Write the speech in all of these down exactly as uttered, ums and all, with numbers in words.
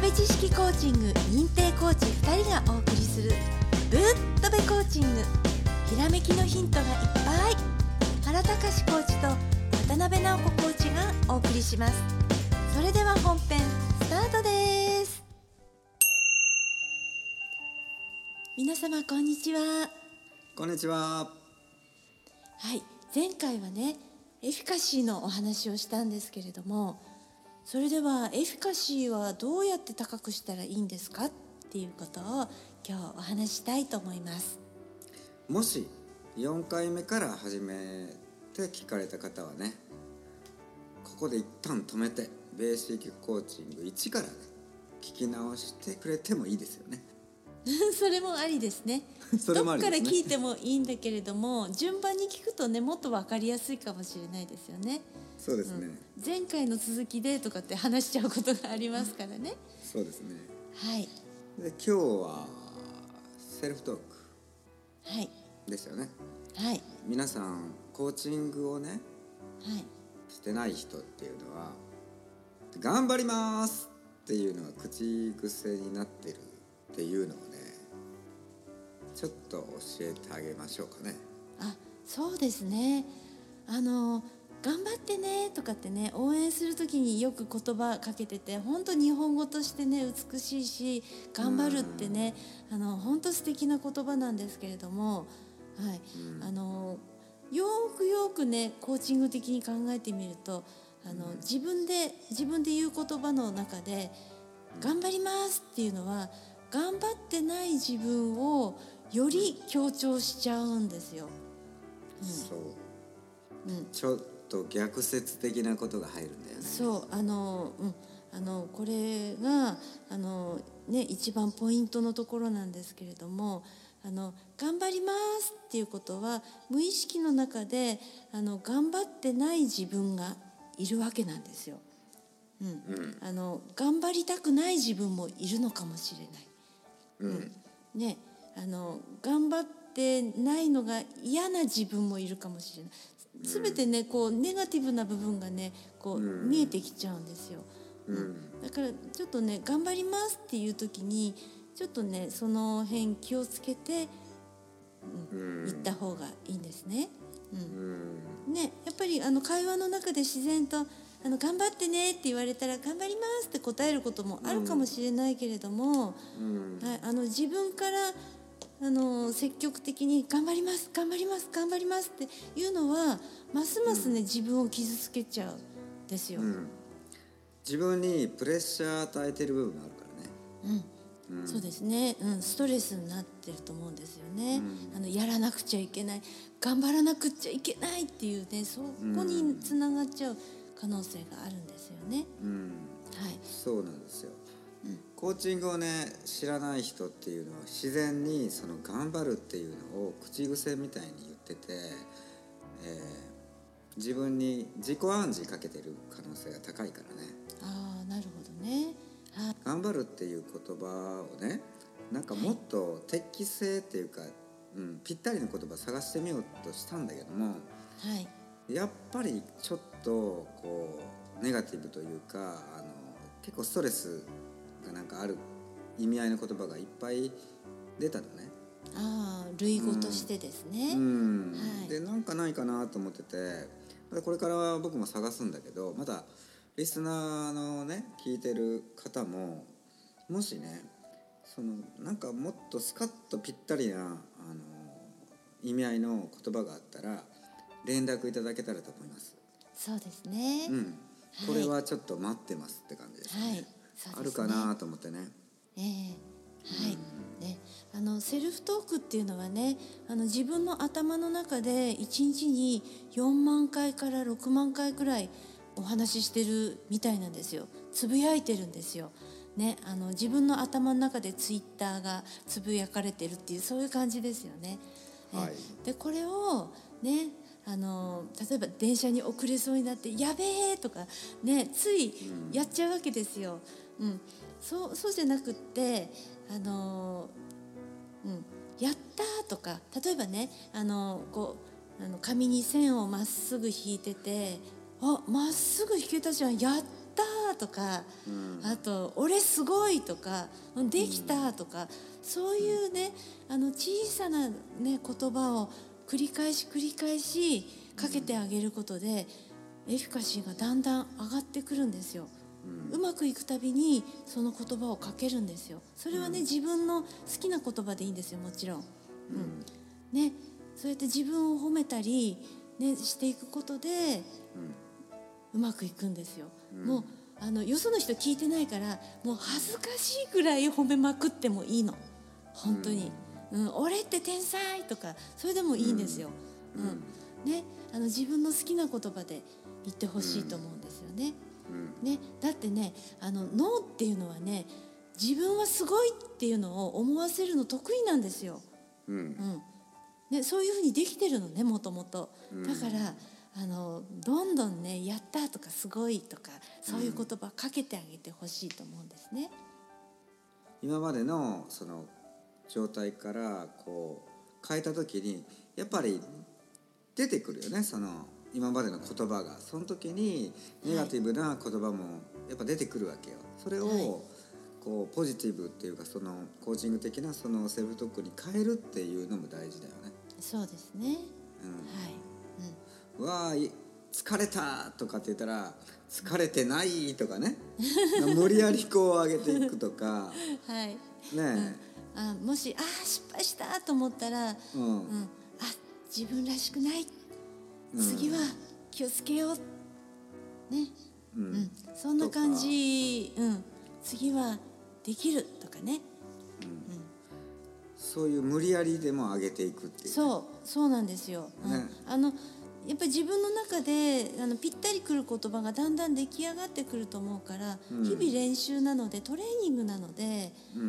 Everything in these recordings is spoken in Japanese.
べ知識コーチング認定コーチふたりがお送りするぶっとべコーチング。ひらめきのヒントがいっぱい。原隆コーチと渡辺直子コーチがお送りします。それでは本編スタートです。皆様こんにちは。 こんにちは。 はい、前回はねエフィカシーのお話をしたんですけれども、それではエフィカシーはどうやって高くしたらいいんですかっていうことを今日お話ししたいと思います。 もしよんかいめから始めて聞かれた方はね、ここで一旦止めてベーシックコーチングいちからね聞き直してくれてもいいですよね。 それもありですね。 それもありですね。 どっから聞いてもいいんだけれども、順番に聞くとねもっと分かりやすいかもしれないですよね。 そうですね、 うん、前回の続きでとかって話しちゃうことがありますからね。 そうですね。 はい。 で今日はセルフトークはいですよね。 はい。 皆さんコーチングをね、 はい、 してない人っていうのは頑張りますっていうのは口癖になってるっていうのをね、ちょっと教えてあげましょうかね。 あ、そうですね。あの頑張ってねとかってね応援するときによく言葉かけてて、本当日本語としてね美しいし、頑張るってねあの本当素敵な言葉なんですけれども、はい、あのよくよくねコーチング的に考えてみると、あの自分で自分で言う言葉の中で頑張りますっていうのは頑張ってない自分をより強調しちゃうんですよ。 うん、そう、 うん、 ちょっと逆説的なことが入るんだよね。 そうあの、うん、あのこれがあの、ね、一番ポイントのところなんですけれども、あの頑張りますっていうことは無意識の中であの頑張ってない自分がいるわけなんですよ。うんうん、あの頑張りたくない自分もいるのかもしれない。うんうんね、あの頑張ってないのが嫌な自分もいるかもしれない。すべてねこうネガティブな部分がねこう、うん、見えてきちゃうんですよ。うんうん、だからちょっとね頑張りますっていう時にちょっとねその辺気をつけて、うん、言った方がいいんですね。うんうん、ねやっぱりあの会話の中で自然とあの頑張ってねって言われたら頑張りますって答えることもあるかもしれないけれども、うんはい、あの自分からあの積極的に頑張ります頑張ります頑張りますっていうのはますますね、うん、自分を傷つけちゃうんですよ。うん、 自分にプレッシャー与えてる部分があるからね。 うんうん、そうですね、うん、ストレスになってると思うんですよね。うん、あのやらなくちゃいけない、頑張らなくちゃいけないっていうね、そこにつながっちゃう可能性があるんですよね。うんはい、そうなんですよ。うん、コーチングをね知らない人っていうのは自然にその頑張るっていうのを口癖みたいに言ってて、えー、自分に自己暗示かけてる可能性が高いからね。 ああなるほどね。 はい、頑張るっていう言葉をねなんかもっと適正っていうか、はいうん、ぴったりの言葉探してみようとしたんだけども、はい、やっぱりちょっとこうネガティブというかあの結構ストレスがなんかある意味合いの言葉がいっぱい出たのね。 ああ類語としてですね。うんうんはい、でなんかないかなと思ってて、まだこれからは僕も探すんだけど、まだリスナーのね聞いてる方ももしねそのなんかもっとスカッとぴったりなあの意味合いの言葉があったら連絡いただけたらと思います。 そうですね。 うん、これはちょっと待ってますって感じですね。はい、そうですね。あるかなと思ってね。 えー、はい、うん、ね、あのセルフトークっていうのはね、あの自分の頭の中でいちにちによんまんかいからろくまんかいくらいお話ししてるみたいなんですよ。つぶやいてるんですよ。ね、あの自分の頭の中でツイッターがつぶやかれてるっていうそういう感じですよね。はい、でこれをねあの例えば電車に遅れそうになってやべえとかねついやっちゃうわけですよ。うん、そうそうじゃなくってあの、うん、やったとか例えばねあのこうあの紙に線をまっすぐ引いててあまっすぐ引けたじゃんやったったとか、 うん、 あと俺すごいとかできたとか、うん、そういうねあの小さな、ね、言葉を繰り返し繰り返しかけてあげることで、うん、エフィカシーがだんだん上がってくるんですよ。うん、うまくいくたびにその言葉をかけるんですよ。それはね、うん、自分の好きな言葉でいいんですよ、もちろん、うんね、そうやって自分を褒めたり、ね、していくことで、うん、うまくいくんですよ。うん、もうあのよその人聞いてないからもう恥ずかしいくらい褒めまくってもいいの、本当に、うんうん、俺って天才とかそれでもいいんですよ。うんうんね、あの自分の好きな言葉で言ってほしいと思うんですよね。うんね、だってねあの脳っていうのはね自分はすごいっていうのを思わせるの得意なんですよ。うんうんね、そういうふうにできてるのね、もともと。だからあのどんどんねやったとかすごいとかそういう言葉かけてあげてほしいと思うんですね。 今までのその状態からこう変えた時にやっぱり出てくるよね、その今までの言葉が。その時にネガティブな言葉もやっぱ出てくるわけよ。それをこうポジティブっていうかそのコーチング的なそのセルフトークに変えるっていうのも大事だよね。 そうですね、 うん、はい、うん、わー疲れたとかって言ったら疲れてないとかね無理やりこう上げていくとか、 はいねえ、 うん、あもしあ失敗したと思ったら、うんうん、あ自分らしくない、次は気をつけようね、うんうん、そんな感じ、うん、次はできるとかね、うんうん、 そういう無理やりでも上げていくっていう、ね、 そうそうなんですよ、ね、うん、あのやっぱり自分の中であのぴったりくる言葉がだんだん出来上がってくると思うから、うん、日々練習なのでトレーニングなので、うんうん、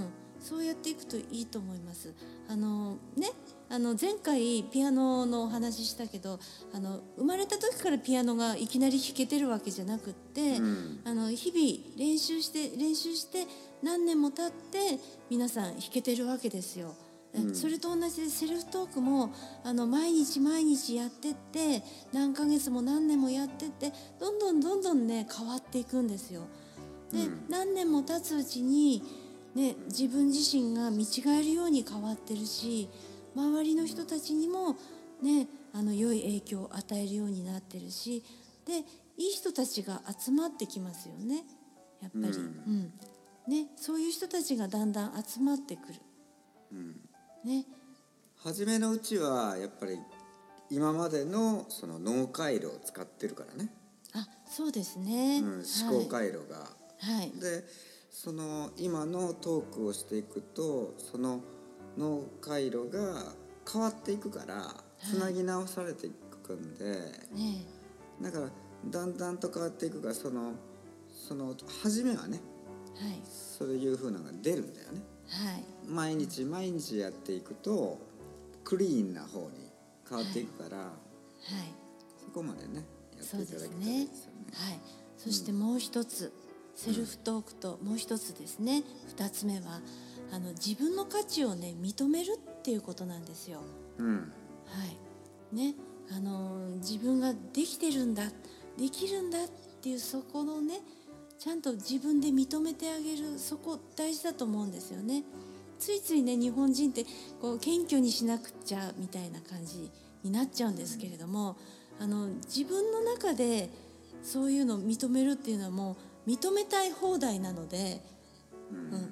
そうやっていくといいと思います。あのねあの前回ピアノのお話ししたけどあの生まれた時からピアノがいきなり弾けてるわけじゃなくって、うん、あの日々練習して練習して何年も経って皆さん弾けてるわけですよ。うん、それと同じでセルフトークもあの毎日毎日やってって何ヶ月も何年もやってってどんどんどんどんね変わっていくんですよ。で、うん、何年も経つうちに、ね、自分自身が見違えるように変わってるし周りの人たちにも、ね、あの良い影響を与えるようになってるしでいい人たちが集まってきますよねやっぱり、うんうんね、そういう人たちがだんだん集まってくる、うんね、 初めのうちはやっぱり今までのその脳回路を使ってるからね。 あ、そうですね、うん、 思考回路が、 はい、 でその今のトークをしていくとその脳回路が変わっていくからつなぎ直されていくんで、はいね、だからだんだんと変わっていくからそのその初めはね、はい、そういう風なのが出るんだよね。はい、毎日毎日やっていくとクリーンな方に変わっていくから、はいはい、そこまでねやっていただけたらいいですよね。 はい、そしてもう一つ、うん、セルフトークともう一つですね、二つ目はあの自分の価値をね認めるっていうことなんですよ。うん、はいね、あの自分ができてるんだできるんだっていうそこのねちゃんと自分で認めてあげるそこ大事だと思うんですよね。ついついね日本人ってこう謙虚にしなくちゃみたいな感じになっちゃうんですけれども、あの自分の中でそういうのを認めるっていうのはもう認めたい放題なので、うん、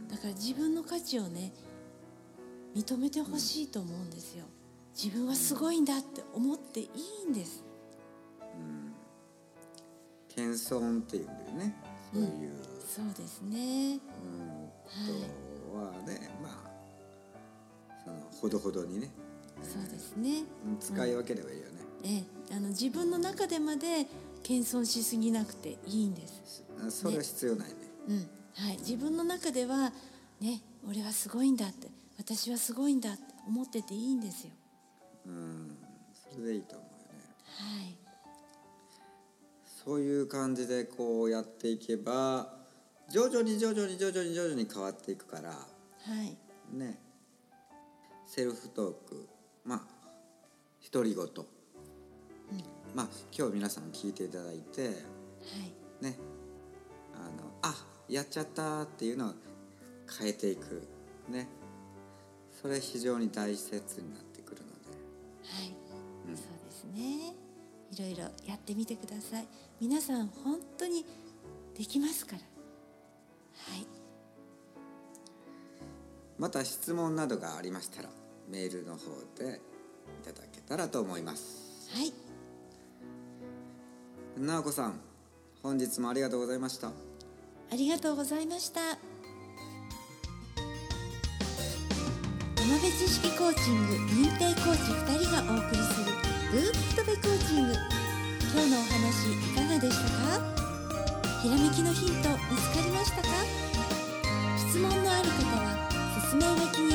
だから自分の価値をね認めてほしいと思うんですよ。自分はすごいんだって思っていいんです。 うん、謙遜っていうんだよね。そういう、うん、 そうですね。 うん、はい、とはね、まあそのほどほどにね。 そうですね。 使い分ければいいよね。 うん、ええ、あの自分の中でまで謙遜しすぎなくていいんです。 それは必要ないね。ね、 うん、はい、自分の中ではね、俺はすごいんだって、私はすごいんだって思ってていいんですよ。 うん、それでいいと思うよね。 はい。 そういう感じでこうやっていけば、徐々に徐々に徐々に徐々に変わっていくから。はい。ね、セルフトーク、まあ独り言、うん、まあ今日皆さん聞いていただいて、はい、ね、 あやっちゃったっていうのを変えていくね、それ非常に大切になってくるので、 はい、うん、そうですね。いろいろやってみてください。皆さん本当にできますから。はい。 また質問などがありましたらメールの方でいただけたらと思います。 はい。 直子さん、本日もありがとうございました。 ありがとうございました。浜辺知識コーチング認定コーチふたりがお送りするグッドベコーチング。今日のお話いかがでしたか？ひらめきのヒント見つかりましたか？質問のある方は説明書きに